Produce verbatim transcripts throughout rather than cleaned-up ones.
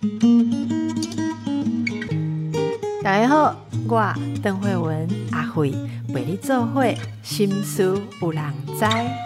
大家好，我邓惠文阿惠陪你做伙心事有人知。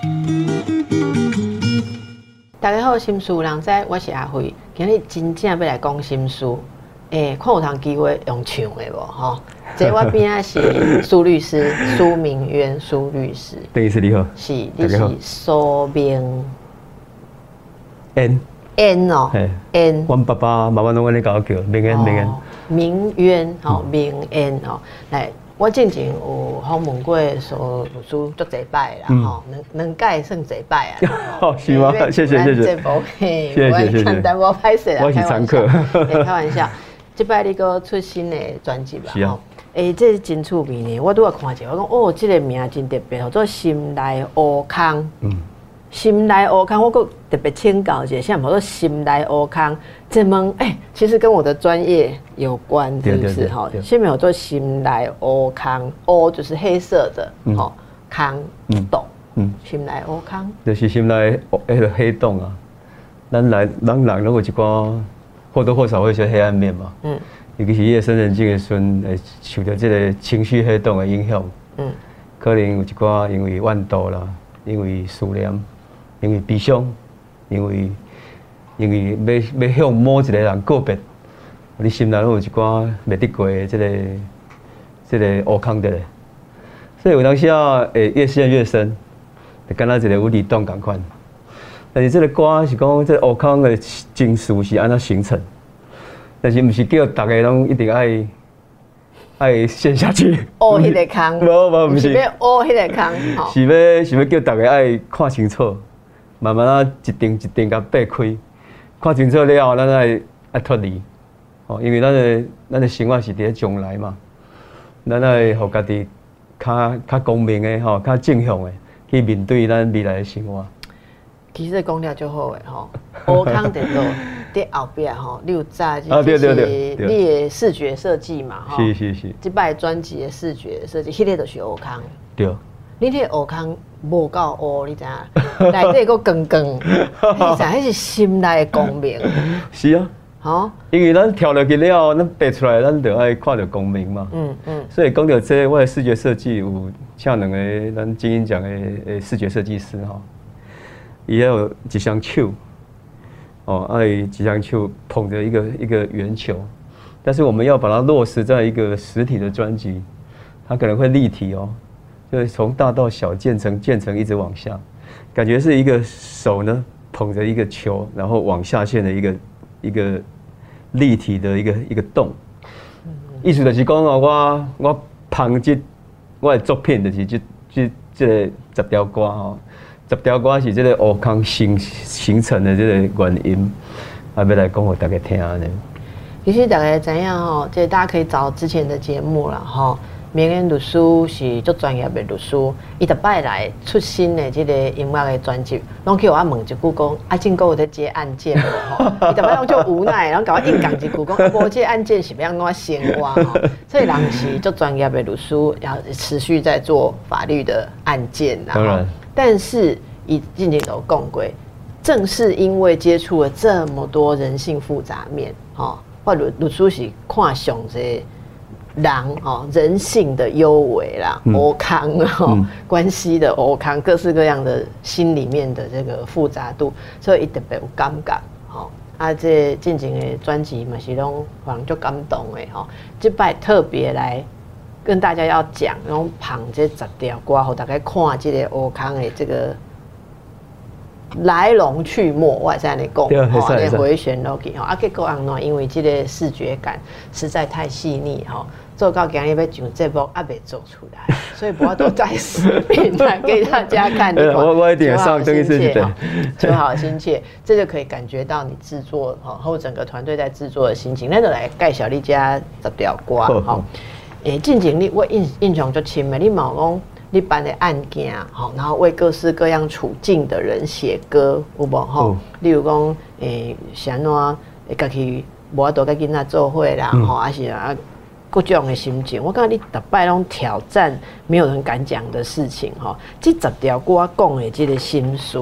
大家好，心事有人知，我是阿惠。今日真正要来讲心事，诶、欸，看有通机会用唱的无吼？这我边仔是苏律师，苏明渊苏律师。 邓医师你好。 是，你是苏明渊。 渊哦，渊。 阮爸爸妈妈拢安尼甲我叫，明渊明渊。 明渊吼，明渊吼，来。我之前有访问过苏律师足侪摆啦，吼、嗯，两两届算侪摆啊。 哦，是吗？谢谢谢谢。 这部谢谢谢谢。 简单无歹势啦， 我是常客。 开玩笑，这摆你个出新的专辑啦， 是啊。 诶、欸，这是真趣味呢。我拄仔看者，我讲哦，这个名真特别，叫做心内乌空。嗯。心内乌空，我阁特别请教一下，现在叫做心内乌空。这门哎、欸，其实跟我的专业有关，是不是？哈，下面有做心内乌空，乌就是黑色的，吼、嗯，空洞，嗯，心内乌空， 就是心内迄个黑洞啊。咱来，咱人拢有一寡或多或少会有些黑暗面嘛，嗯，尤其是夜深人静的时阵，会受到这个情绪黑洞的影响，嗯，可能有一寡因为怨妒啦，因为思念。因为悲伤，因为因为要要向某一个人告别，你心内有一寡袂得过的这个这个乌空的，所以有当时啊，会越陷越深，就敢若一个有裂洞共款。但是这个歌是讲这乌空的情绪是安怎形成，但是毋是叫大家拢一定爱爱陷下去。 乌迄个空， 无无毋是要乌迄个空， 是要是要叫大家爱看清楚。慢慢啊，一定一定甲掰开，看清楚了后，咱爱爱脱离，哦，因为咱的咱的生活是伫咧将来嘛，咱爱互家己较较光明的吼，较正向的去面对咱未来的生活。 其实讲了就好诶吼，乌空在倒伫后壁吼，你有早就是你的视觉设计嘛，吼， 是是是， 这摆专辑的视觉设计，迄个就是乌空。 对。 你迄个乌空无够乌，你知影？内底个光光，迄啥？迄是心内的光明。 是啊，吼，因为咱跳落去了，咱爬出来，咱就爱看到光明嘛。嗯嗯。所以讲到这，我的视觉设计有请两个咱金鹰奖的诶视觉设计师吼，伊有一双手，哦，爱一双手捧着一个一个圆球，但是我们要把它落实在一个实体的专辑，它可能会立体哦。就是从大到小渐层渐层一直往下，感觉是一个手呢捧着一个球，然后往下陷的一个一个立体的一个一个洞。意思就是讲哦，我我捧这我的作品就是这这这个十条歌吼，十条歌是这个乌空形形成的这个原因，啊，要来讲给大家听呢。 其实大家知影吼，这大家可以找之前的节目啦吼。明渊律师是足专业的律师，伊逐摆来出新的这个音乐的专辑，拢去我问一句讲，啊，真够有在接案件无吼？伊逐摆拢就无奈，然后甲我硬讲一句讲，啊，无这案件是要安怎生活吼？所以人是足专业的律师，要持续在做法律的案件啦。当然，但是伊之前有讲过，正是因为接触了这么多人性复杂面，吼，或律律师是看上这。人哦，人性的幽微啦，乌空哦，关系的乌空，各式各样的心里面的这个复杂度，所以伊特别有感觉吼。啊，这进前的专辑嘛是拢让人足感动的吼。这摆特别来跟大家要讲，然后捧这十条歌，互大家看这个乌空的这个来龙去脉，我在那讲，吼，那回旋落去吼，啊，结果安怎？因为这个视觉感实在太细腻吼。做到今日要上节目，还没做出来，所以不要都在视频来给大家看。 我我一定上这一次对， 就好心切，这就可以感觉到你制作哈，或整个团队在制作的心情。那就来介绍你家十条歌哈。诶，进前你我印印象就深的，你冇讲你办的案件哈，然后为各式各样处境的人写歌，有无哈？例如讲诶，像怎诶，家己无法度甲囡仔做伙啦，吼，还是啊。各种的心情，我感觉你逐摆拢挑战没有人敢讲的事情哈。这十条歌讲的这个心事，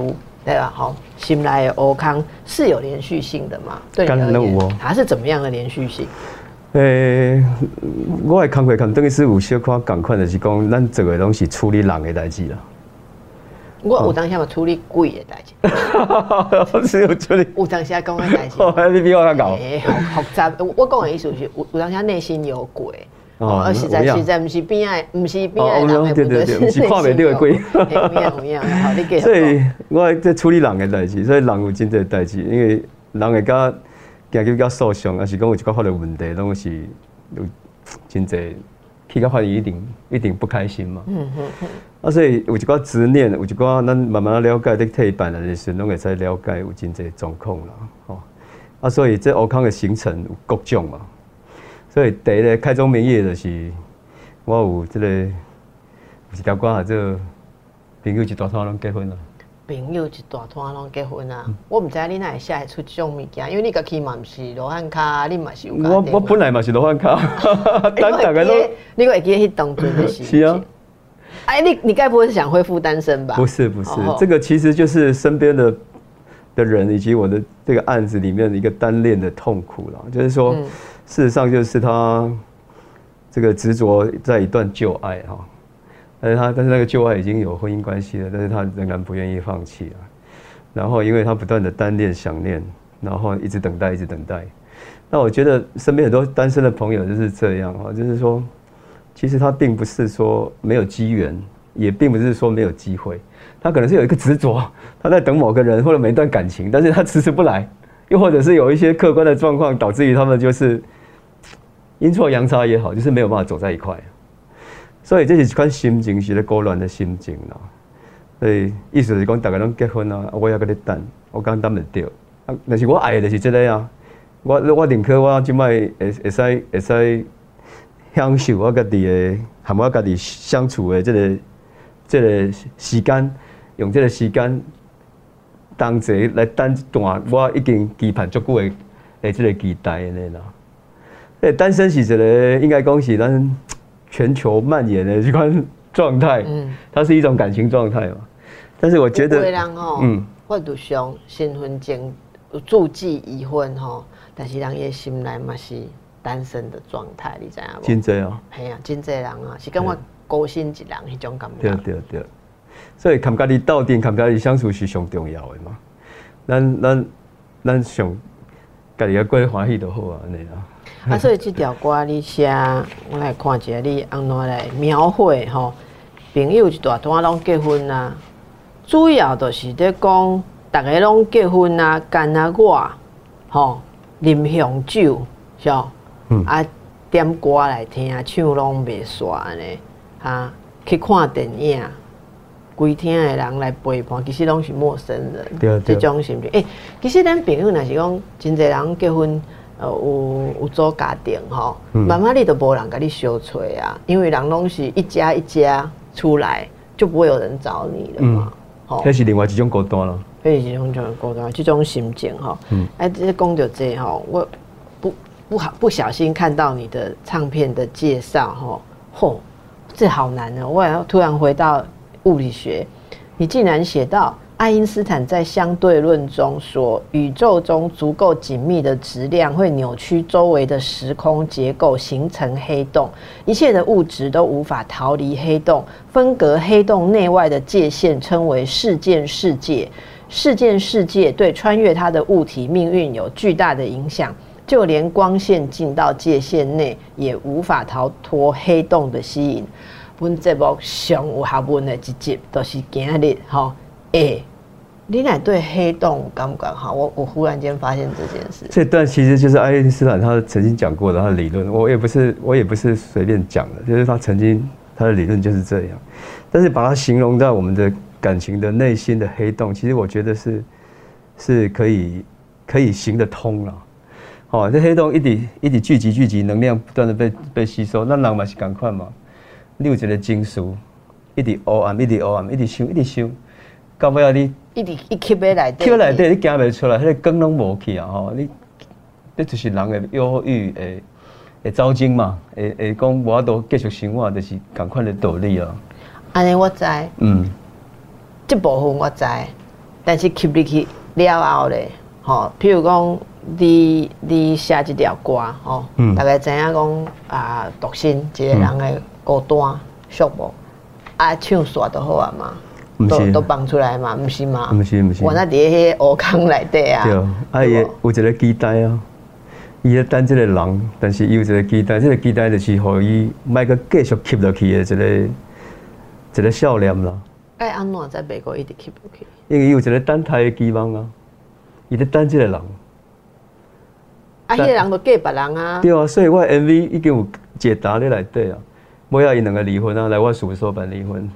对吧？好，心内的乌空是有连续性的嘛？对你而言，它是怎么样的连续性？ 诶、欸，我的工课看等于是有小可共款，就是讲咱做的拢是处理人的代志啦。 我有当下嘛处理鬼的代志， 是有处理。 有当下讲的代志， 你比我较搞。 诶，复杂。我讲的意思是，有有当下内心有鬼。哦，而实在实在不是边仔，不是边仔人的， 对对对，不是看袂到的鬼。 有影有影，好，你继续。 所以我在处理人的代志，所以人有真侪代志，因为人会甲行去较受伤，还是讲有一寡法律问题，拢是有真侪去到法院一定一定不开心嘛。嗯嗯嗯。啊，所以有一寡执念，有一寡咱慢慢了解，你退办的时，拢会使了解有真侪状况啦。吼，啊，所以这乌康的形成有各种嘛。所以第一个开宗明义就是我有这个有一条歌啊，这朋友一大摊拢结婚了。 朋友一大摊拢结婚啊！嗯、我唔知你哪会写会出这种物件，因为你家己嘛唔是罗汉卡，你嘛是有家庭。 我我本来嘛是罗汉卡，但大家都你会记得迄当阵的事情。 是啊。 哎，你你该不会是想恢复单身吧？ 不是不是，哦、这个其实就是身边的的人以及我的这个案子里面的一个单恋的痛苦了，就是说。嗯，事实上，就是他这个执着在一段旧爱哈，但是他但是那个旧爱已经有婚姻关系了，但是他仍然不愿意放弃啊。然后，因为他不断的单恋、想念，然后一直等待、一直等待。那我觉得身边很多单身的朋友就是这样哈，就是说，其实他并不是说没有机缘，也并不是说没有机会，他可能是有一个执着，他在等某个人或者每一段感情，但是他迟迟不来，又或者是有一些客观的状况导致于他们就是。阴错阳差也好，就是没有办法走在一块，所以这是一款心情，是咧勾乱的心情啦。所以意思是讲，大家拢结婚啊，我也搁咧等，我敢等得到。啊，但是我爱的就是这个啊，我我宁可我即摆会会使会使享受我家己的，和我家己相处的这个这个时间，用这个时间当作来等一段我已经期盼足久的诶这个期待安尼啦。诶，单身是一个应该讲是咱全球蔓延的这款状态，嗯，它是一种感情状态嘛。但是我觉得，有的人吼，嗯，我就想新婚前注记已婚吼，但是人伊心内嘛是单身的状态，你知影无？ 真侪哦， 系啊，真侪人啊，是跟我高薪一人迄种感觉。 对对对，所以看家己斗阵，看家己相处是上重要的嘛。咱咱咱上家己个过欢喜就好啊，安尼啦。 啊，所以这条歌你写，我来看一下你安怎来描绘吼。朋友一大摊拢结婚啊，主要就是在讲，大家拢结婚啊，干啊我，吼，啉香酒，是哦，嗯、啊点歌来听，唱拢袂煞安尼，哈，去看电影，规天的人来陪伴，其实拢是陌生人， 对对， 这种心情。诶、欸，其实咱朋友若是讲，真侪人结婚。呃，有有组家庭吼，慢慢你都无人甲你相找啊，因为人拢是一家一家出来，就不会有人找你了嘛。 吼、嗯，那是另外一种孤单咯。 那是一种种孤单，这种心情吼。嗯，哎，这讲到这吼，我不不好不小心看到你的唱片的介绍吼，吼，这好难哦！我要突然回到物理学，你竟然写到。爱因斯坦在相对论中说，宇宙中足够紧密的质量会扭曲周围的时空结构，形成黑洞。一切的物质都无法逃离黑洞，分隔黑洞内外的界限称为事件世界。事件世界对穿越它的物体命运有巨大的影响，就连光线进到界限内，也无法逃脱黑洞的吸引。本节目上有学问的一集，就是今日吼。欸，你俩对黑洞敢不敢好？我我忽然间发现这件事。 这段其实就是爱因斯坦他曾经讲过的他的理论，我也不是我也不是随便讲的，就是他曾经他的理论就是这样。但是把它形容在我们的感情的内心的黑洞，其实我觉得是是可以可以行得通了。哦，这黑洞一直一直聚集聚集，能量不断的被被吸收，那人嘛是赶快嘛。你有一个情绪，一直黑暗，一直黑暗，一直想，一直想。到尾啊，你一直一吸在内底， 吸在内底，你行袂出来，迄个光拢无去啊！吼，你，这就是人的忧郁诶，会走精嘛，会会讲无法度继续生活，就是同款的道理啊。 安尼我知， 嗯， 这部分我知， 但是吸入去了后咧，吼，譬如讲你你写一条歌，吼，嗯、大概知影讲啊，独身一个人的孤单寂寞，啊，唱煞就好啊嘛。都都放出来嘛，不是嘛？ 不是不是。 我那伫迄个黑坑内底啊。 对，啊伊有一个期待啊，伊咧等这个人，但是伊有一个期待，这个期待就是互伊莫个继续吸落去的一个一个笑脸啦。 哎，安怎才袂个一直吸落去？ 因为伊有一个等待的期望啊，伊咧等这个人。 啊，迄个人都嫁别人啊。 对啊，所以我 M V 已经有解答咧内底啊，尾仔因两个离婚啊，来我事务所办离婚。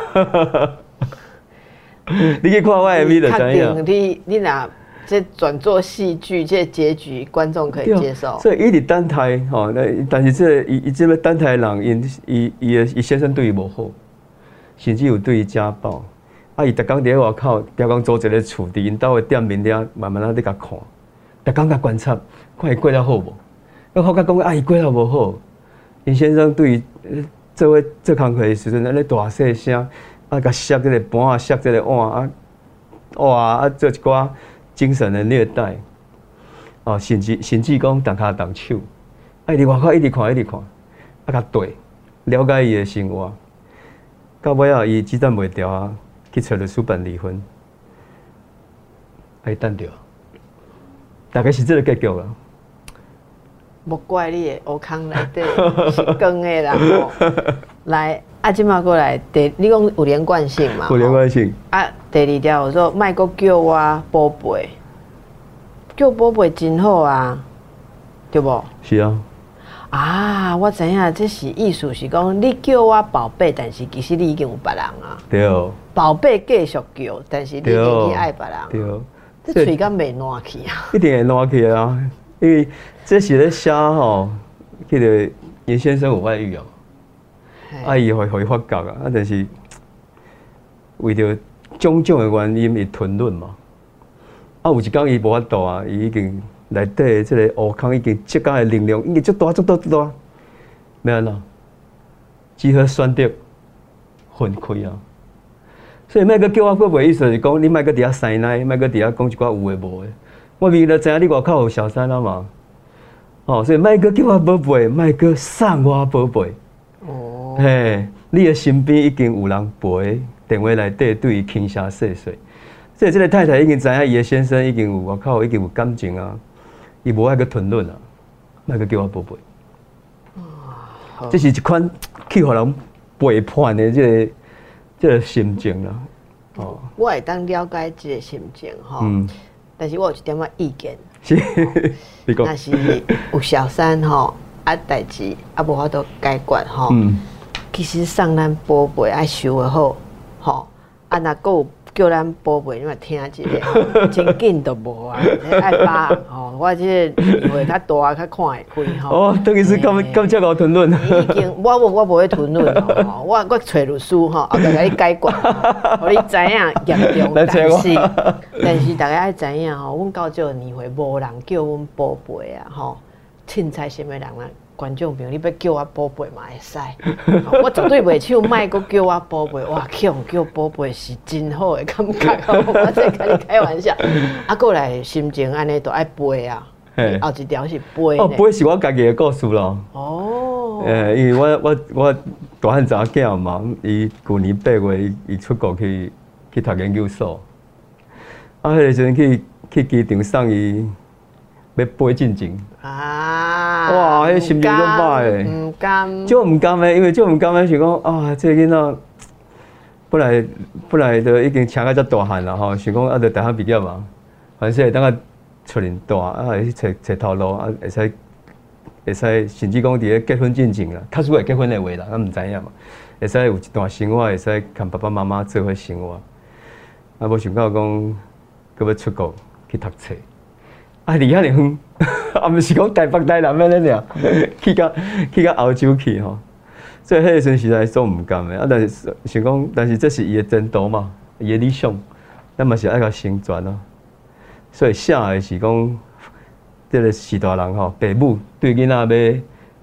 你去看我 M V 就知影。 你你若这转做戏剧，这结局观众可以接受。 所以伊伫等待吼，那但是这伊伊这个等待的人，因伊伊的伊先生对伊无好，甚至有对伊家暴。啊，伊逐工伫外口，标讲租一个厝，伫因兜的店面遐慢慢啊伫甲看，逐工甲观察，看伊过了好无。我好甲讲啊，伊过了无好，因先生对伊做伙做工课的时阵，安尼大细声。啊，甲摔这个盘啊，摔这个碗啊，哇啊，做一寡精神的虐待，哦，甚至甚至讲动骹动手，啊，伫外口一直看一直看，啊，甲对，了解伊的生活，到尾啊，伊只等袂调啊，去找律师办离婚，啊，伊等着，大概是这个结局啦。 莫怪你的黑坑内底是光的啦，吼，来。啊，即马过来，第你讲有连贯性嘛？ 有连贯性。 啊，第二条我说，莫阁叫我宝贝，叫宝贝真好啊，对不？ 是啊。 啊，我知影，这是意思是讲，你叫我宝贝，但是其实你已经有别人啊。 对哦。 宝贝继续叫，但是你已经去爱别人。 对哦。 这嘴敢袂烂去啊？ 一定会烂去啊，因为这是咧写吼，迄个严先生有外遇啊。啊，伊会会发觉啊，啊，但是为着种种的原因，伊吞忍嘛。啊，有一天伊无法度啊，伊已经内底即个黑坑已经积压的能量已经足大足大足大，要安怎？只好选择分开啊。所以莫阁叫我过袂意思是讲，你莫阁伫遐生奶，莫阁伫遐讲一寡有诶无诶。我明就知影你外口有小三啊嘛。哦，所以莫阁叫我宝贝，莫阁送我宝贝。哦，嘿，你的身边已经有人陪，电话内底对伊轻声细细。所以这个太太已经知影伊的先生已经有外口已经有感情啊，伊无爱去吞忍啊，莫阁叫我宝贝。哦，这是一款去互人背叛的这个这个心情啦。 哦，我会当了解这个心情吼，嗯，但是我有一点仔意见。是， 你讲。 那是有小三吼。啊，代志啊，无法度解决吼。嗯、其实送咱宝贝爱收的好，吼。啊，若个有叫咱宝贝，你嘛听一下，真紧都无啊，爱把吼。我这个会较大，较看会开吼。 哦，等于是咁咁只个吞忍。 已经，我无我无会吞忍吼，我我找律师吼，后甲你解决，互你知影严重，但是但是大家爱知影吼，阮到这年岁无人叫阮宝贝啊吼。凊彩什么人啦？观众朋友，你要叫我宝贝嘛会使，我绝对袂唱卖阁叫我宝贝，哇，叫叫宝贝是真好的感觉，我在跟你开玩笑。啊，过来心情安尼都爱背啊，后一条是背。 哦，背是我家己的故事咯。哦。诶，因为我我我大汉查囝嘛，伊去年八月伊伊出国去去读研究所，啊，迄个时阵去去机场送伊。要飞进前啊！哇，迄心情足歹诶， 唔甘， 就唔甘诶，因为就唔甘诶，想讲啊，这个囡仔本来本来就已经请到遮大汉啦吼，想讲啊，着大学毕业嘛，反正会当啊出人大啊，会去找找头路啊，会使会使甚至讲伫咧结婚进前啦，确实会结婚诶话啦，咱唔知影嘛，会使有一段生活，会使跟爸爸妈妈做伙生活，啊，无想到讲，佮要出国去读册。啊，离遐尔远，啊，毋是讲台北台南安尼尔，去到去到澳洲去吼，所以迄个时阵实在做毋甘诶。啊，但是想讲，但是这是伊诶前途嘛，伊诶理想，咱嘛是爱甲成全咯。所以写诶是讲，这个是大人吼，父母对囡仔要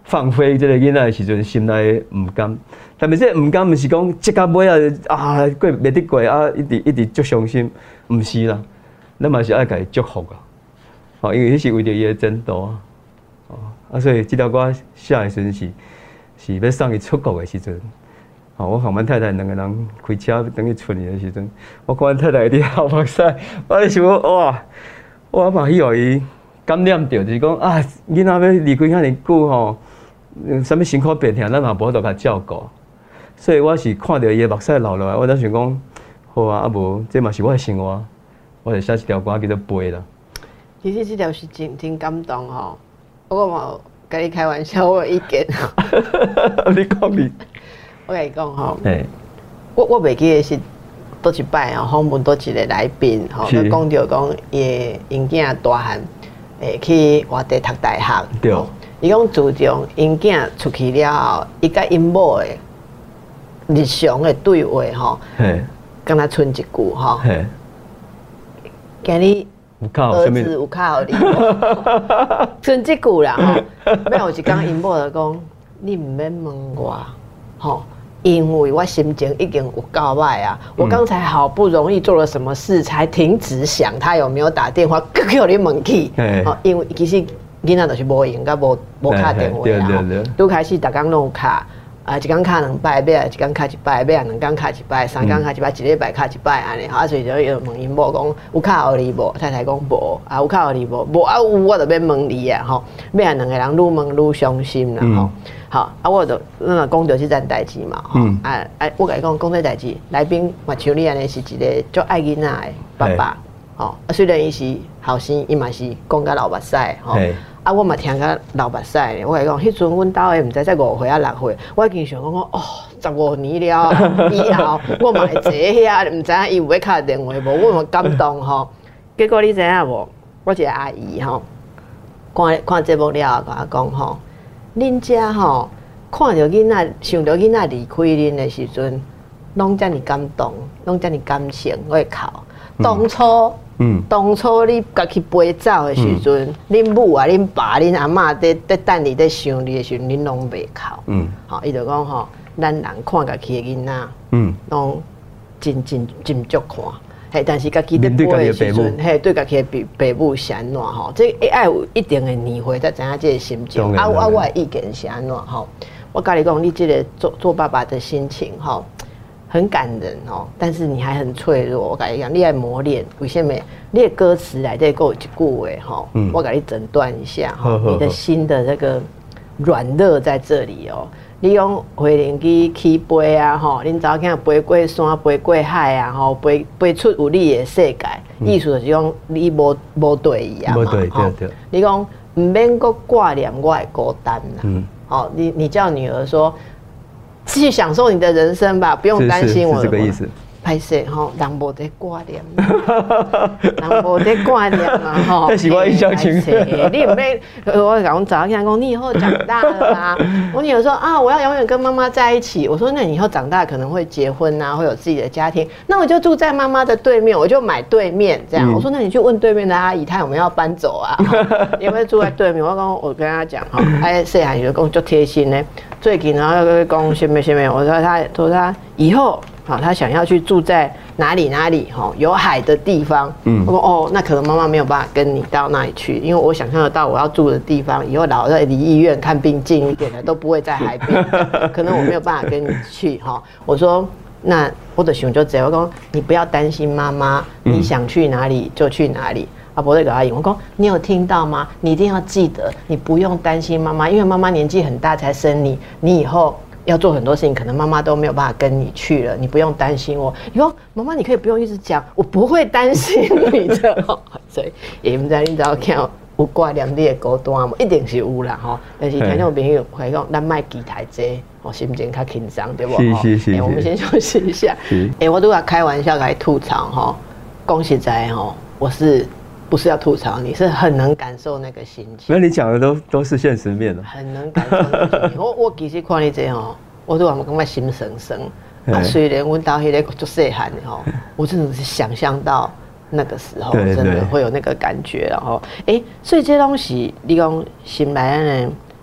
放飞这个囡仔的时阵，心内唔甘。但是这唔甘，唔是讲即到尾啊啊过袂得过啊，一直一直足伤心，唔是啦。咱嘛是爱家祝福啊，哦，因为迄是为着伊的前途啊，哦，啊，所以这条歌写的时阵是是要送伊出国的时阵。哦，我和阮太太两个人开车等去出去的时阵，我看阮太太伫后目屎，我咧想哇，我嘛希望伊感染着，就是讲啊，囡仔要离开遐尼久吼，啥物辛苦病痛，咱嘛无法度甲照顾。所以我是看到伊的目屎流落来，我才想讲，好啊，啊无，这嘛是我的生活，我就写一条歌叫做《飞》啦。 其实这条是真真感动吼，我嘛跟你开玩笑，我有意见。 你讲你， 我跟你讲吼，我我袂记得是倒一摆哦，访问倒一个来宾吼，佮讲着讲伊因囝大汉会去外地读大学， 对， 伊讲自从因囝出去了后，伊甲因某的日常的对话吼，敢若剩一句吼，今日儿子有靠你，剩这句啦吼。尾有一天因某就讲，你唔免问我，吼，因为我心情已经有够歹啊。我刚才好不容易做了什么事，才停止想他有没有打电话，搁叫你问去，吼，因为其实囡仔就是无用，甲无无敲电话啦，拄开始逐工拢有敲。啊，一工敲两摆，尾啊一工敲一摆，尾啊两工敲一摆，三工敲一摆，一礼拜敲一摆安尼。啊，所以就要问因某讲有敲互你无？太太讲无，啊有敲互你无？无啊有，我就要问你啊吼。尾啊两个人愈问愈伤心啦吼。好，啊我就咱若讲着即件代志嘛吼。啊啊，我甲伊讲讲这代志，来宾嘛像你安尼是一个足爱囡仔的爸爸吼。啊虽然伊是后生，伊嘛是讲甲流目屎吼。啊，我嘛听甲流目屎咧。我甲伊讲，迄阵阮兜诶，毋知才五岁啊六岁，我已经想讲讲，哦，十五年了以后，我嘛会坐遐，毋知影伊有要敲电话无？我嘛感动吼。结果你知影无？我一个阿姨吼，看看节目了后，甲我讲吼，恁遮吼看着囡仔，想着囡仔离开恁诶时阵，拢遮尔感动，拢遮尔感性，我会哭。当初。嗯，当初你家去飞走的时阵，恁、嗯、母啊、恁爸、恁阿嬷在在等你、在想你的时阵，恁拢袂哭。嗯，好，伊就讲吼，咱人看家己的囡仔，嗯，拢真真真足看。嘿，但是家己在飞的时阵，嘿，对家己的爸母是安怎吼？这爱有一定的年岁才知影这个心情。啊啊，我的意见是安怎吼？我甲你讲，你这个做做爸爸的心情吼。很感人哦，但是你还很脆弱。我跟你讲，你爱磨练，为什么？你的歌词来这够一句话哈，嗯、我给你诊断一下哈，你的心的这个软弱在这里哦。你用回灵机起飞啊哈，恁早囝飞过山，飞过海啊吼，飞飞出有你的世界。嗯、意思就是讲你无无对伊啊嘛，对对对。你讲唔免搁挂念我的孤单啦，嗯，好，你你叫女儿说。继续享受你的人生吧，不用担心我的。 是这个意思。 歹势吼，人无在挂念，人无在挂念嘛吼。 这是我印象深刻。 你唔免，我讲早起来讲，你以后长大了啦。我女儿说啊，我要永远跟妈妈在一起。我说那你以后长大可能会结婚啊，会有自己的家庭。那我就住在妈妈的对面，我就买对面这样。嗯、我说那你去问对面的阿姨，她有没有要搬走啊？你有没有住在对面？我讲我跟她讲哈，哎，细汉就讲就贴心呢。最近然后又讲什么什么，我说她说她以后。好，他想要去住在哪里哪里哈有海的地方。嗯，我说哦，那可能妈妈没有办法跟你到那里去，因为我想象得到我要住的地方，以后老在离医院看病近一点的都不会在海边，可能我没有办法跟你去哈。我说那我的想就这样，我说你不要担心妈妈，你想去哪里就去哪里。阿伯在给阿姨，我说你有听到吗？你一定要记得，你不用担心妈妈，因为妈妈年纪很大才生你，你以后。要做很多事情，可能妈妈都没有办法跟你去了，你不用担心我。你说妈妈，你可以不用一直讲，我不会担心你的。所以也唔知你知道看有挂念你的孤单吗？一定是有啦吼。但是听众朋友会讲，咱卖期待这，哦，心情较轻松对不？ 是是是。 欸、我们先休息一下。哎、欸，我都要开玩笑来吐槽哈，恭喜在哈，我是。不是要吐槽你，是很能感受那个心情。 那你讲的都都是现实面的。 很能感受那个心情。我我其实看你这吼，我都感觉心生生。啊，虽然我到迄个做细汉的吼，我真的是想象到那个时候，真的会有那个感觉。然后，哎、欸，所以这东西你讲心内呢，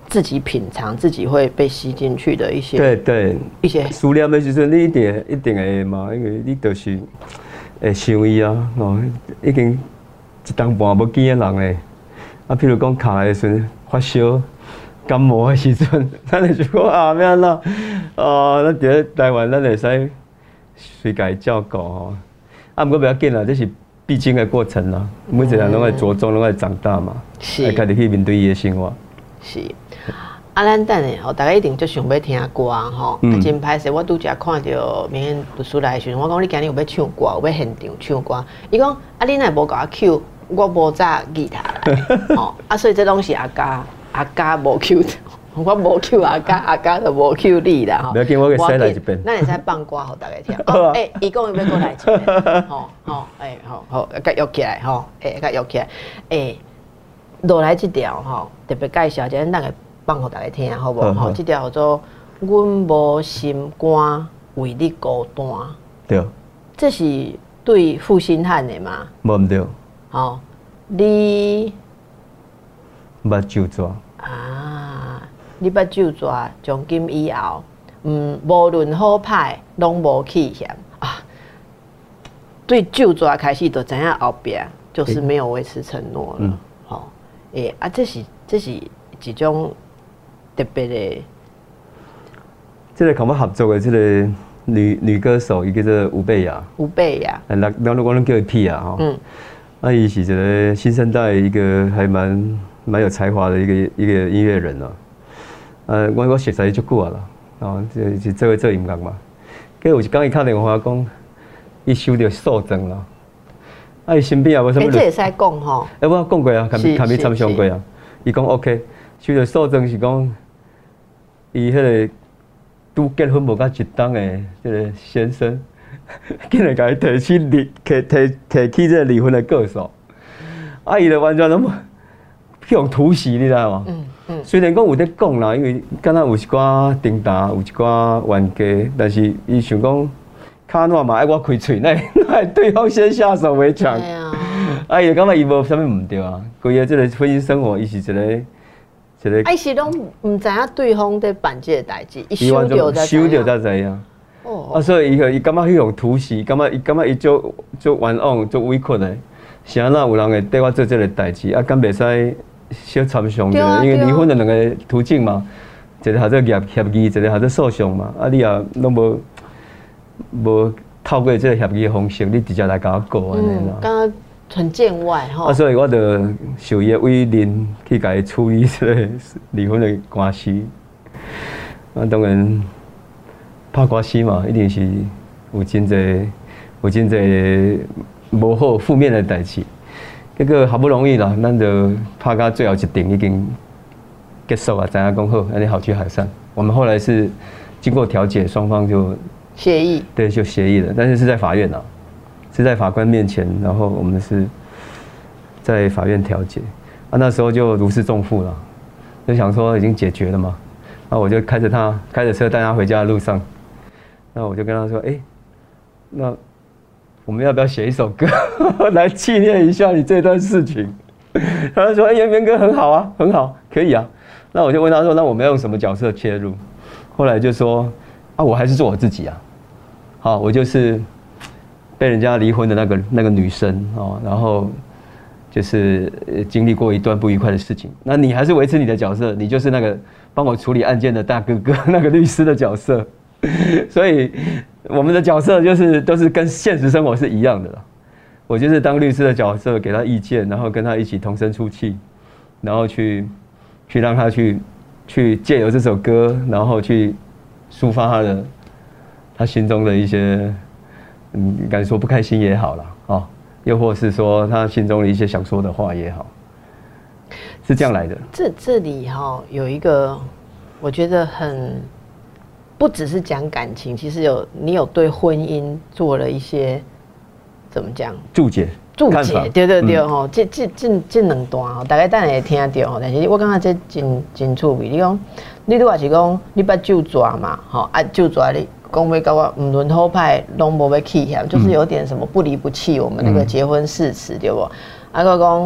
自己品尝，自己会被吸进去的一些， 对对， 一些思念的时阵，你一定一定会嘛，因为你就是会想伊啊，哦，已经一当半要见的人咧。啊，譬如讲卡来的时阵发烧、感冒的时阵，咱会想讲啊，要安怎？哦，咱伫咧台湾，咱会使随家照顾吼。啊，不过不要紧啦，这是必经的过程啦。每一个人拢会茁壮，拢会长大嘛，会家己去面对伊的生活。 是。啊，咱等下吼，大家一定最想要听歌吼。嗯。真歹势，我拄则看到明天读书来的时阵，我讲你今日有要唱歌，有要现场唱歌。伊讲啊，你若无甲我 Q， 我无早吉他来。吼啊，所以这拢是阿家阿家无 Q， 我无 Q 阿家，阿家就无 Q 你啦。吼。 不要紧，我给塞来一遍。 咱会使放歌互大家听。哦，诶，伊讲伊要过来一遍。吼吼，诶，好好，甲约起来吼，诶，甲约起来。诶，落来这条吼，特别介绍一下咱个。放给大家听，好不好？吼，这条叫做“阮无心肝，为你孤单”。 对， 这是对负心汉的嘛？ 无唔对。 好，你目睭蛇啊，你目睭蛇，从今以后，嗯，无论好歹，拢无去嫌啊。对睭蛇开始就知影后边就是没有维持承诺了。好、嗯，诶、欸、啊，这是这是一种。特别的，这个跟我合作的这个女女歌手，伊叫做吴贝雅。 吴贝雅， 咱咱我拢叫伊 P 啊，吼。嗯。啊，伊是一个新生代一个还蛮蛮有才华的一个一个音乐人啊。呃，我我熟悉伊足久啊啦，哦，就是做做音乐嘛。结果有一天伊打电话讲，伊收到诉状啦。啊，伊身边也无啥物。 哎，这会使讲吼。 哎，我讲过啊，看看伊参详过啊。伊讲 OK， 收到诉状是讲。伊迄个拄结婚无到一冬的迄个先生，竟然甲伊提起离提提提起这个离婚的告诉，啊，伊就完全拢用突袭，你知道吗？嗯嗯。虽然讲有在讲啦，因为敢若有一寡订单，有一寡冤家，但是伊想讲，卡诺嘛爱我开嘴，那那对方先下手为强。哎呀。啊，伊就感觉伊无啥物唔对啊，规个这个婚姻生活，伊是一个。 啊，伊是拢唔知影对方在办这个代志，伊收到才收到才知影。哦。啊，所以伊个伊感觉迄种突袭，感觉伊感觉伊做做冤枉、做委屈的，是安那有人会对我做这个代志，啊，敢袂使小参详者，因为离婚的两个途径嘛，一个叫做协协议，一个叫做诉讼嘛。啊，你也拢无无透过这个协议的方式，你直接来甲我告安尼啦。 很见外哈， 啊，所以我就受伊的委任去甲伊处理这个离婚的官司。啊，当然拍官司嘛，一定是有真侪有真侪无好负面的代志。结果好不容易啦，咱就拍到最后一庭已经结束啊，知影讲好，安尼好聚好散。我们后来是经过调解，双方就协议， 对，就协议了，但是是在法院啊。是在法官面前，然后我们是在法院调解，啊，那时候就如释重负了，就想说已经解决了嘛，那我就开着他开着车带他回家的路上，那我就跟他说，哎、欸，那我们要不要写一首歌来纪念一下你这段事情？他就说，哎、欸，元元哥很好啊，很好，可以啊。那我就问他说，那我们要用什么角色切入？后来就说，啊，我还是做我自己啊，好，我就是。被人家离婚的那个那个女生哦，然后就是经历过一段不愉快的事情。那你还是维持你的角色，你就是那个帮我处理案件的大哥哥，那个律师的角色。所以我们的角色就是都是跟现实生活是一样的了。我就是当律师的角色，给他意见，然后跟他一起同声出气，然后去去让他去去借由这首歌，然后去抒发他的他心中的一些。嗯，敢说不开心也好了哦，又或是说他心中的一些想说的话也好，是这样来的。 这这里哈、哦、有一个，我觉得很不只是讲感情，其实有你有对婚姻做了一些怎么讲注解、 注解，对对对吼，这这这这两段吼，大家等下会听到吼，但是我感觉这真真趣味。你讲，你如果是讲你把酒抓嘛，吼啊酒抓你。讲要甲我唔论好歹，拢无要去嫌，就是有点什么不离不弃。我们那个结婚誓词对不？啊，个讲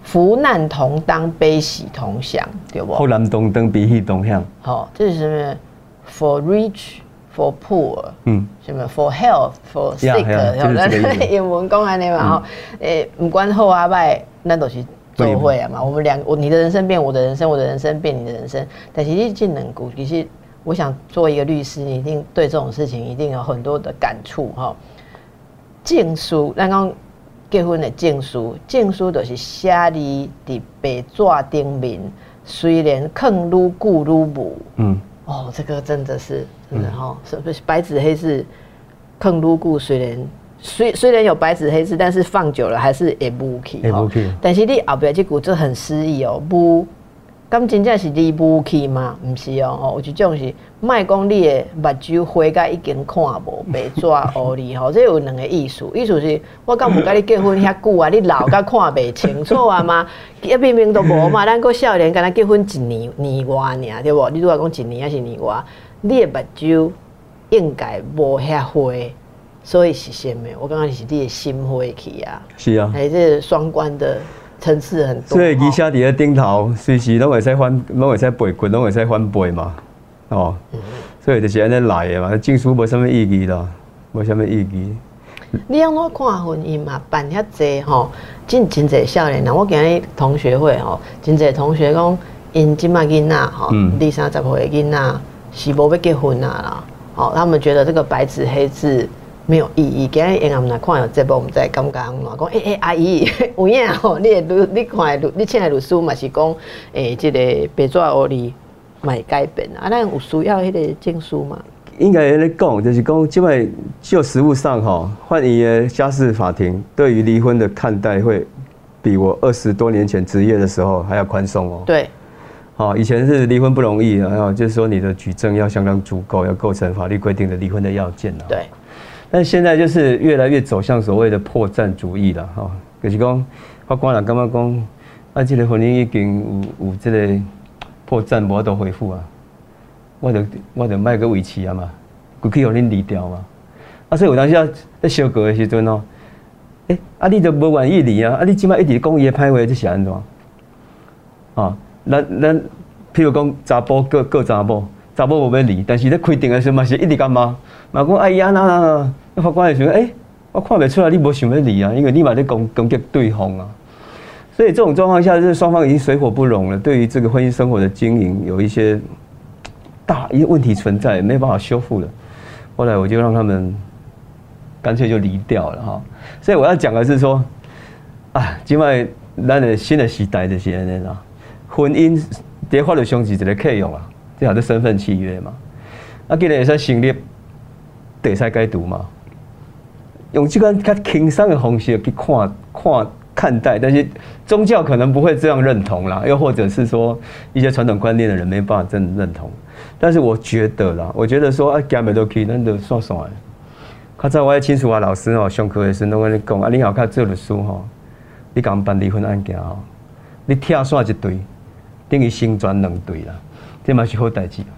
福难同当，悲喜同享，对不？ 福难同当，悲喜同享。 好，这是什么 ？For rich, for poor， 嗯，什么 ？For health, for sick， yeah, 英文讲安尼嘛，吼，诶，不管好啊歹，咱都是做伙啊嘛。我们两，我你的人生变我的人生，我的人生变你的人生。但是你这两句，其实我想做一个律师，你一定对这种事情一定有很多的感触哈。证书，咱讲结婚的证书，证书就是写字伫白纸顶面，虽然坑愈久愈无。嗯，哦，这个真的是真的哈，是不是白纸黑字坑愈久？虽然虽虽然有白纸黑字，但是放久了还是会污去。会污去。但是你后边这句就很诗意哦，污。咁真正是你武器吗？唔是哦，有一种是莫讲你的目睭花甲已经看无白纸黑字吼，这有两个意思。意思是我敢无甲你结婚遐久啊，你老甲看袂清楚啊嘛，一明明都无嘛，咱个少年敢若结婚一年年外尔，对无？你如果讲一年还是年外，你的目睭应该无遐花，所以是什么？我感觉是你的心花去啊。是啊，哎，这双关的。层次很多， 所以伊写伫咧顶头，随时拢会使翻，拢会使背骨，拢会使翻背嘛，哦，嗯、所以就是安尼来的嘛。证书无啥物意义啦，无啥物意义。 你安怎看婚姻嘛？办遐济吼，真真济少年人。我今日同学会吼，真济同学讲，因即摆囡仔吼，二三十岁的囡仔是无要结婚啊啦。哦，他们觉得这个白纸黑字。没有意义。今日因阿们看有节目，我们在感觉安怎讲？诶、欸、诶、欸，阿姨，有影吼，你律你看律你请的律师嘛是讲，诶、欸，这个白纸黑字嘛会改变啊。咱有需要迄个证书吗？ 应该咧讲，就是讲，即摆就实务上吼，换一个家事法庭对于离婚的看待会比我二十多年前职业的时候还要宽松哦。 对。 好，以前是离婚不容易，然后就是说你的举证要相当足够，要构成法律规定的离婚的要件啊。 对。 但现在就是越来越走向所谓的破绽主义了哈，就是讲法官人感觉讲，啊，这个婚姻已经有有这个破绽，无法度恢复啊，我就我就卖个维持啊嘛，过去互恁离掉嘛，啊，所以有当时啊在相隔的时阵哦，诶、欸，啊，你就无愿意离啊，啊，你即摆一直讲伊的歹话，这是安怎？啊，咱咱譬如讲查甫各各查某。查某无要离，但是咧开庭的时候嘛是一直干嘛？嘛讲哎呀那那那法官会想，哎、欸，我看袂出来你无想要离啊，因为你嘛咧攻攻击对方啊。所以这种状况下，就是双方已经水火不容了。对于这个婚姻生活的经营，有一些大一些问题存在，没办法修复了。后来我就让他们干脆就离掉了哈。所以我要讲的是说，啊，今摆咱的新的时代就是安尼啦，婚姻在法律上是一个契约啊。这叫做身份契约嘛，啊，既然会使成立，就会使解读嘛。用这个较轻松的方式去看看看待，但是宗教可能不会这样认同啦，又或者是说一些传统观念的人没办法真的认同。但是我觉得啦，我觉得说啊，行袂落去，咱就算算的。较早我迄亲属啊老师吼上课的时候拢安尼讲，啊，你后较做律师吼，你共办离婚案件吼，你拆散一对，等于成全两对啦。这嘛是好代志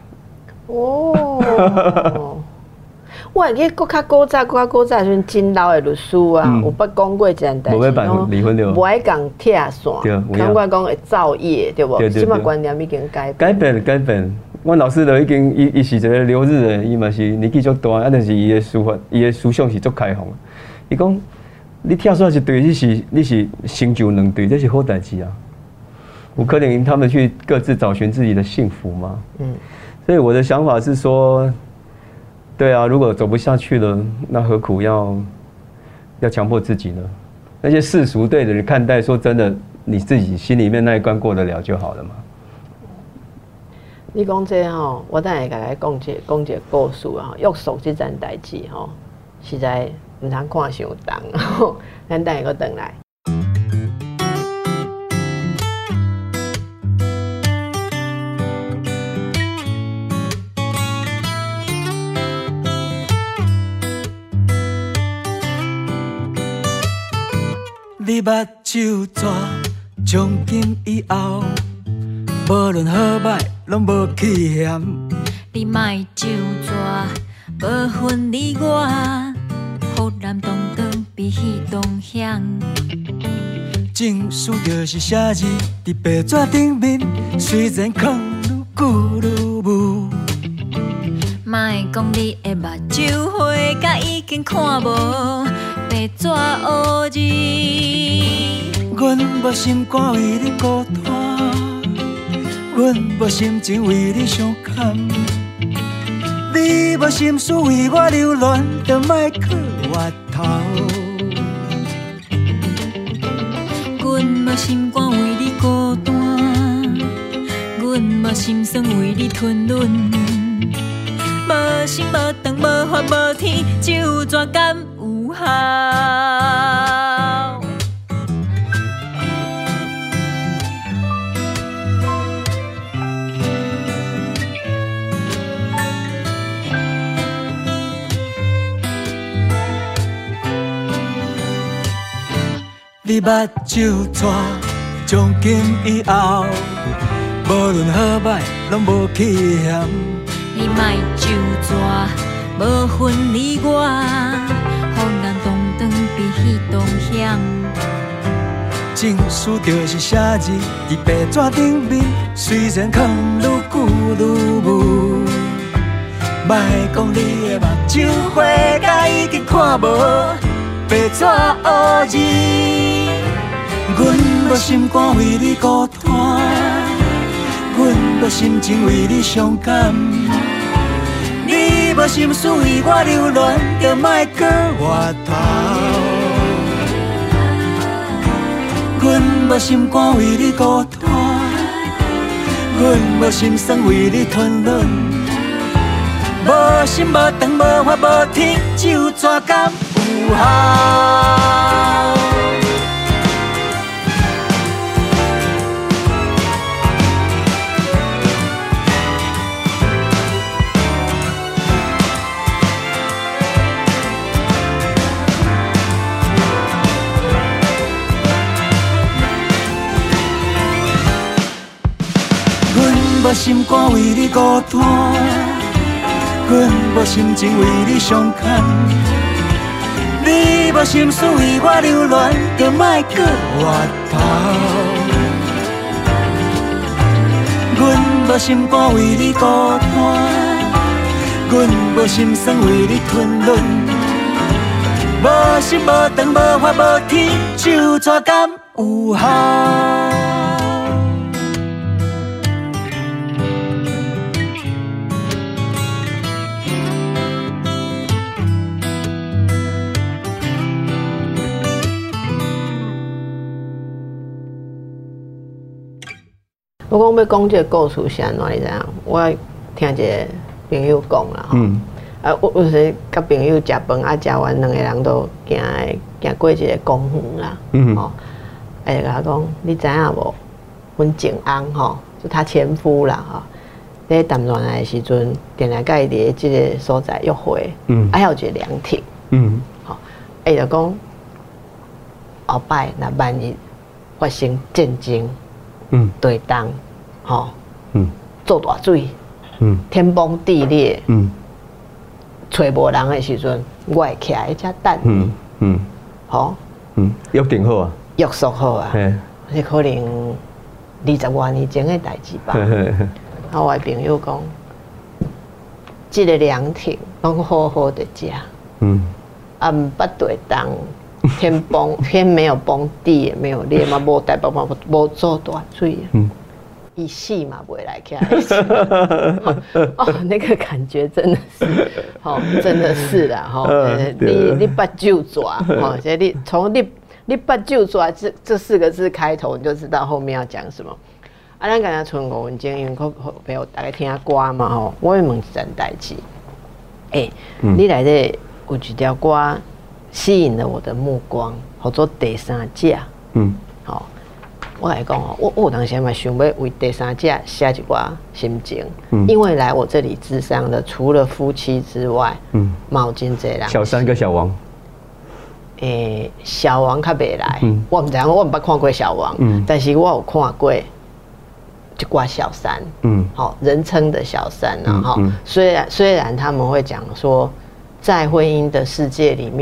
哦。我会记搁较古早、搁较古早时阵，真老的律师啊，嗯、有捌讲过一件代志， 无要办离婚对无？ 无爱讲拆散，感觉讲会造业对无？即摆观念已经改变。 改变改变，阮老师就已经伊伊是一个留日的，伊嘛是年纪足大，啊，但是伊的司法、伊的思想是足开放。伊讲，你拆散一对，你是你是成就两对，这是好代志啊。有可能他们去各自找寻自己的幸福吗？嗯，所以我的想法是说，对啊，如果走不下去了，那何苦要要强迫自己呢？那些世俗对人看待，说真的，你自己心里面那一关过得了就好了嘛。 你讲这吼，我等下会甲你讲一讲一个故事啊，约束这件代志吼，实在唔通看伤重，咱等下个等来。 你目睭怎从今以后，无论好歹，拢无去嫌。 你莫就抓，无分你我，福难同当，悲喜同享。 情书就是写字伫白纸顶面，虽然空愈久愈无。 莫讲你的目睭花，甲已经看无白纸黑字。 阮无心肝为你孤单，阮无心情为你伤感。你无心思为我流恋，就莫去回头。 阮无心肝为你孤单，阮无心酸为你吞忍。无心无肠无法无天，就怎敢有效？ 你目睭纸，从今以后，无论好歹，拢无去嫌。 你莫就纸，无分你我，予人当当比彼当险。 情书就是写字伫白纸顶面，虽然空愈久愈无。莫讲你的目睭花，甲已经看无白纸黑字。阮无心肝为你孤单，阮无心情为你伤感。你无心思为我流恋，就莫去回头。阮无心肝为你孤单，阮无心酸为你吞忍。无心无肠无法无天，就怎敢有效？无心肝为你孤单，阮无心情为你伤感。你无心思为我流恋，就莫去回头。阮无心肝为你孤单，阮无心酸为你吞忍。无心无肠无法无天，就怎敢有效？ 我讲要讲这个故事是安怎，你知影？我听一个朋友讲啦，吼、嗯，啊，我有时甲朋友食饭啊，食完两个人都行行过一个公园啦，嗯，吼、哦，哎，就甲我讲，你知影无？阮前翁吼，就他前夫啦，吼，咧谈恋爱的时阵，定来甲伊伫即个所在约会，嗯，啊，还有一个凉亭，嗯，吼、哦，哎，就讲后摆若万一发生战争。嗯，对当，吼，嗯，做大水，嗯，天崩地裂，嗯，找无人的时阵，我会徛喺遮等，嗯嗯，吼， 嗯，约定好啊， 约束好啊，是可能二十多年前的代志吧。啊，我的朋友讲，这个凉亭拢好好的食，嗯，啊，唔捌对当。天崩，天没有崩，地也没有裂嘛，无代表嘛，无做大水啊。嗯，一死嘛，不会来看。哦，那个感觉真的是，哦，真的是啦，哈、哦，你你把酒抓，哦，所以你从你你把酒抓这这四个字开头，你就知道后面要讲什么。啊，咱刚才存五分钟，因为可陪我大家听下歌嘛，吼，我会问一件代志，哎、欸，嗯、你来这有一条歌。吸引了我的目光，叫做第三者。嗯，好、哦，我来讲哦，我我有当时嘛想要为第三者写一寡心情，嗯、因为来我这里咨商的除了夫妻之外，嗯，毛巾这人， 小三跟小王， 诶、欸，小王较袂来，嗯、我唔知，我唔捌看过小王，嗯、但是我有看过一寡小三，嗯，好、哦，人称的小三啊，哈、嗯嗯，虽然虽然他们会讲说，在婚姻的世界里面。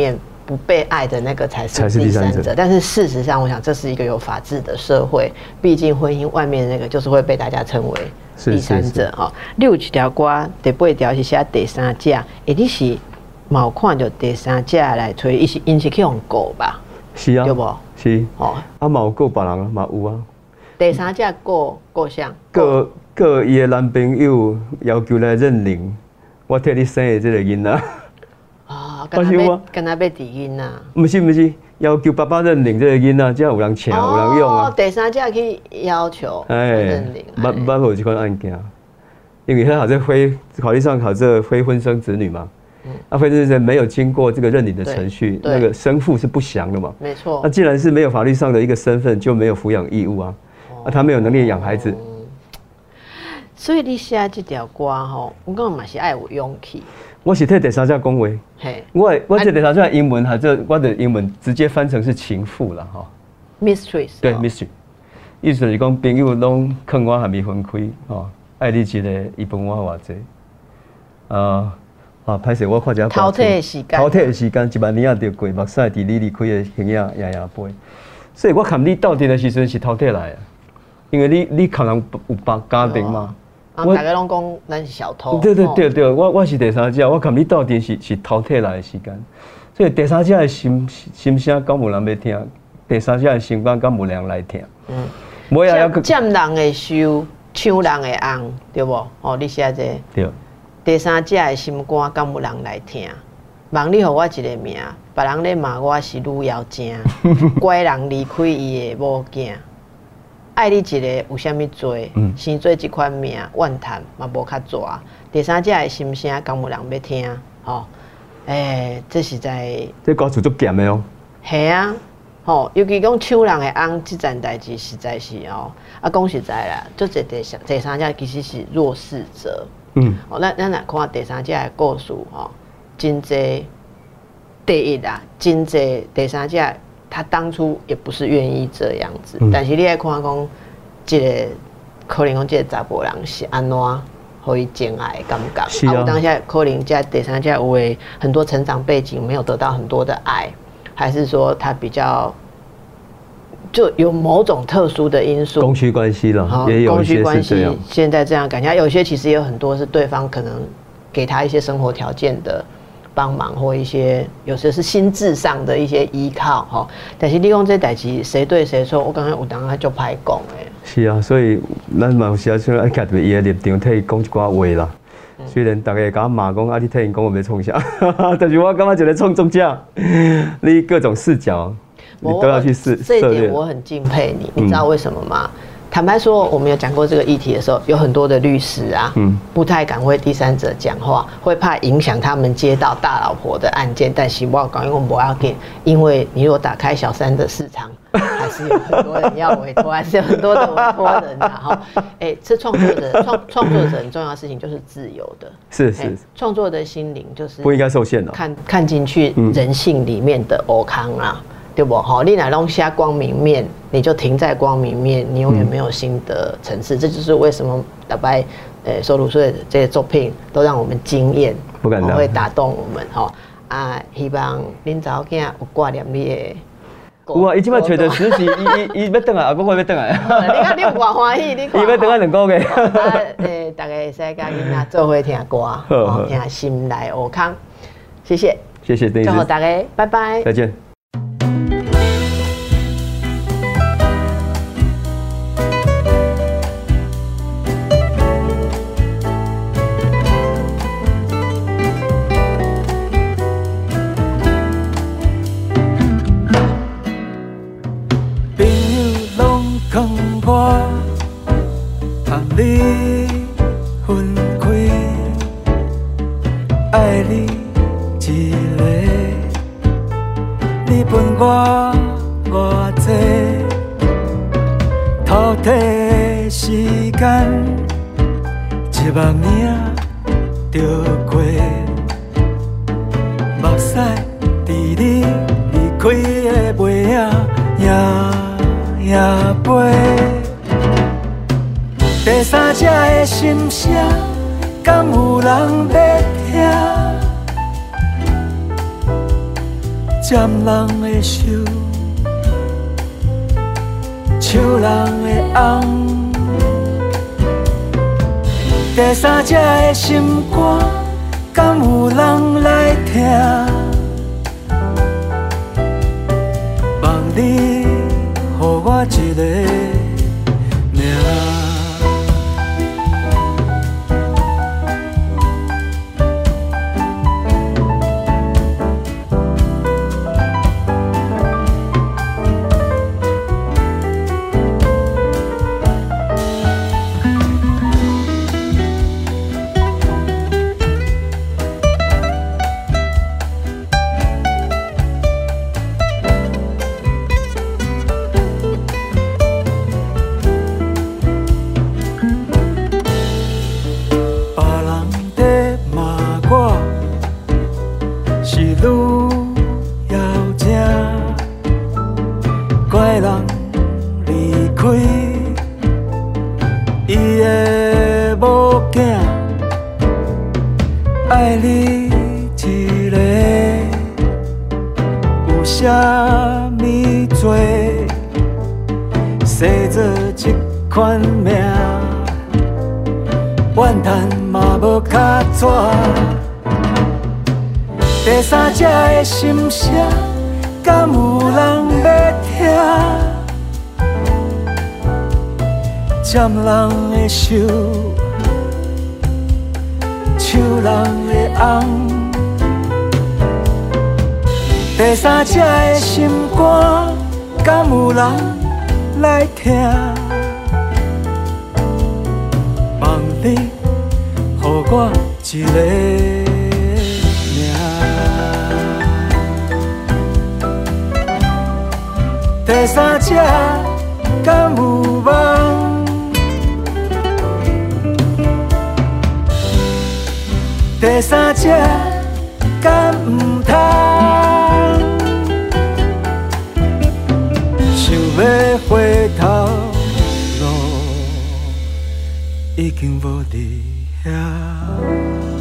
不被爱的那个才是才是第三者。 第三者但是事实上，我想这是一个有法治的社会，毕竟婚姻外面的那个就是会被大家称为第三者哈。你有一条歌，第八条是写第三者，诶，你是冇看到第三者来吹，伊是因是去用告吧？ 是啊， 对不？ 是哦， 啊，嘛有告别人啊，嘛有啊。 第三者告告啥？ 告告伊的男朋友要求来认领，我替你生的这个囡仔。 啊，跟他要跟他要伫囡呐？ 不是不是，要求爸爸认领这个囡仔，这样有人请，有人用啊。 第三者去要求认领。 捌捌有这款案件，因为他好像非法律上考这非婚生子女嘛。啊，非婚生子没有经过这个认领的程序，那个生父是不详的嘛。 没错。 那既然是没有法律上的一个身份，就没有抚养义务啊。啊，他没有能力养孩子。 所以你写这条歌吼，我讲嘛是爱有勇气。 我是替第三者讲话。嘿，我我这第三者的英文还这我的英文直接翻成是情妇啦哈。 Mistress。 对 ，Mistress。意思是讲朋友拢劝我还没分开吼，爱你一个，伊分我偌济。啊。啊，歹势，我看一下。 饕餮的时间， 饕餮的时间，一万年也着过，目屎伫你离开的形影夜夜飞。所以我看你到底的时阵是饕餮来啊，因为你你可能有爸家庭嘛。 啊，大家拢讲咱是小偷。 对对对对，我我是第三者，我看你到底是是饕餮来的时间。所以第三者的心心声，敢有人要听？第三者的心肝，敢有人来听？嗯。我也要占人的收，抢人的红，对不？哦，你写这。 对。 第三者的心肝，敢有人来听？望你给我一个名，别人咧骂我是女妖精，怪人离开伊的某囝，爱你一个有啥物罪？嗯、生做这款命，怨叹嘛无较蛇。第三者的心声，敢有人要听？吼、哦，诶、欸，这是在这歌词足咸的哦。 系啊，吼、哦，尤其讲抢人的翁这件代志，实在是哦，啊，讲实在啦，做这第三第三者其实是弱势者。嗯，哦，咱咱来看第三者的故事吼，真济第一啦，真济第三者，他当初也不是愿意这样子，嗯、但是你来看讲，这个可能讲这个查甫人是安怎，互伊真爱的感觉， 是啊， 啊当下可能这第三者有诶很多成长背景没有得到很多的爱，还是说他比较。就有某种特殊的因素， 供需关系了，也有一些是这样。 现在这样感觉，有些其实也有很多是对方可能给他一些生活条件的帮忙，或一些有时是心智上的一些依靠哈。但是利用这代志，谁对谁错，我刚刚有当他就歹讲诶。 是啊，所以咱嘛有时啊，像爱徛住伊的立场，替伊讲一寡话啦。虽然大家甲我骂讲啊，你替因讲我要创啥，但是我感觉一个创作者，你各种视角。你都要去试， 这一点我很敬佩你，你知道为什么吗？嗯、坦白说，我们有讲过这个议题的时候，有很多的律师啊，嗯、不太敢为第三者讲话，会怕影响他们接到大老婆的案件。但是我要讲，因为我要给，因为你如果打开小三的市场，还是有很多人要委托，还是有很多的委托人啊。哈，哎，这创作者创创作者很重要的事情就是自由的， 是是， 创作的心灵就是不应该受限的， 看看进去人性里面的欧康啊。对不？好，你哪弄下光明面，你就停在光明面，你永远没有新的层次。嗯、这就是为什么大白呃收录出的这些作品都让我们惊艳， 不敢会打动我们哈啊！希望恁早囝有挂念你的。 有啊，伊即摆找着实习，伊伊伊要倒来，下个月要倒来。 你看你有偌欢喜，你看。 伊要倒来两个月。 啊，诶，大家会使甲囡仔做伙听歌，听心内欧康。谢谢， 谢谢邓医师。 最后大家拜拜， 再见。 你分开，爱你一个，你分我偌济，饕餮时间一万年就过，目屎伫你离开的背影夜夜飞。第三者的心声，敢有人要听？ 占人的手，手人的红。第三者的心肝，敢有人来听？望你予我一个名。爱你一个，有啥物做，生做这款命，怨叹嘛无卡纸。第三者的心声，敢有人要听？占人的手。手人的红，第三者的心肝，敢有人来听？望你予我一个名，第三者敢有望？第三者敢唔通？想要回头路，已经无伫遐。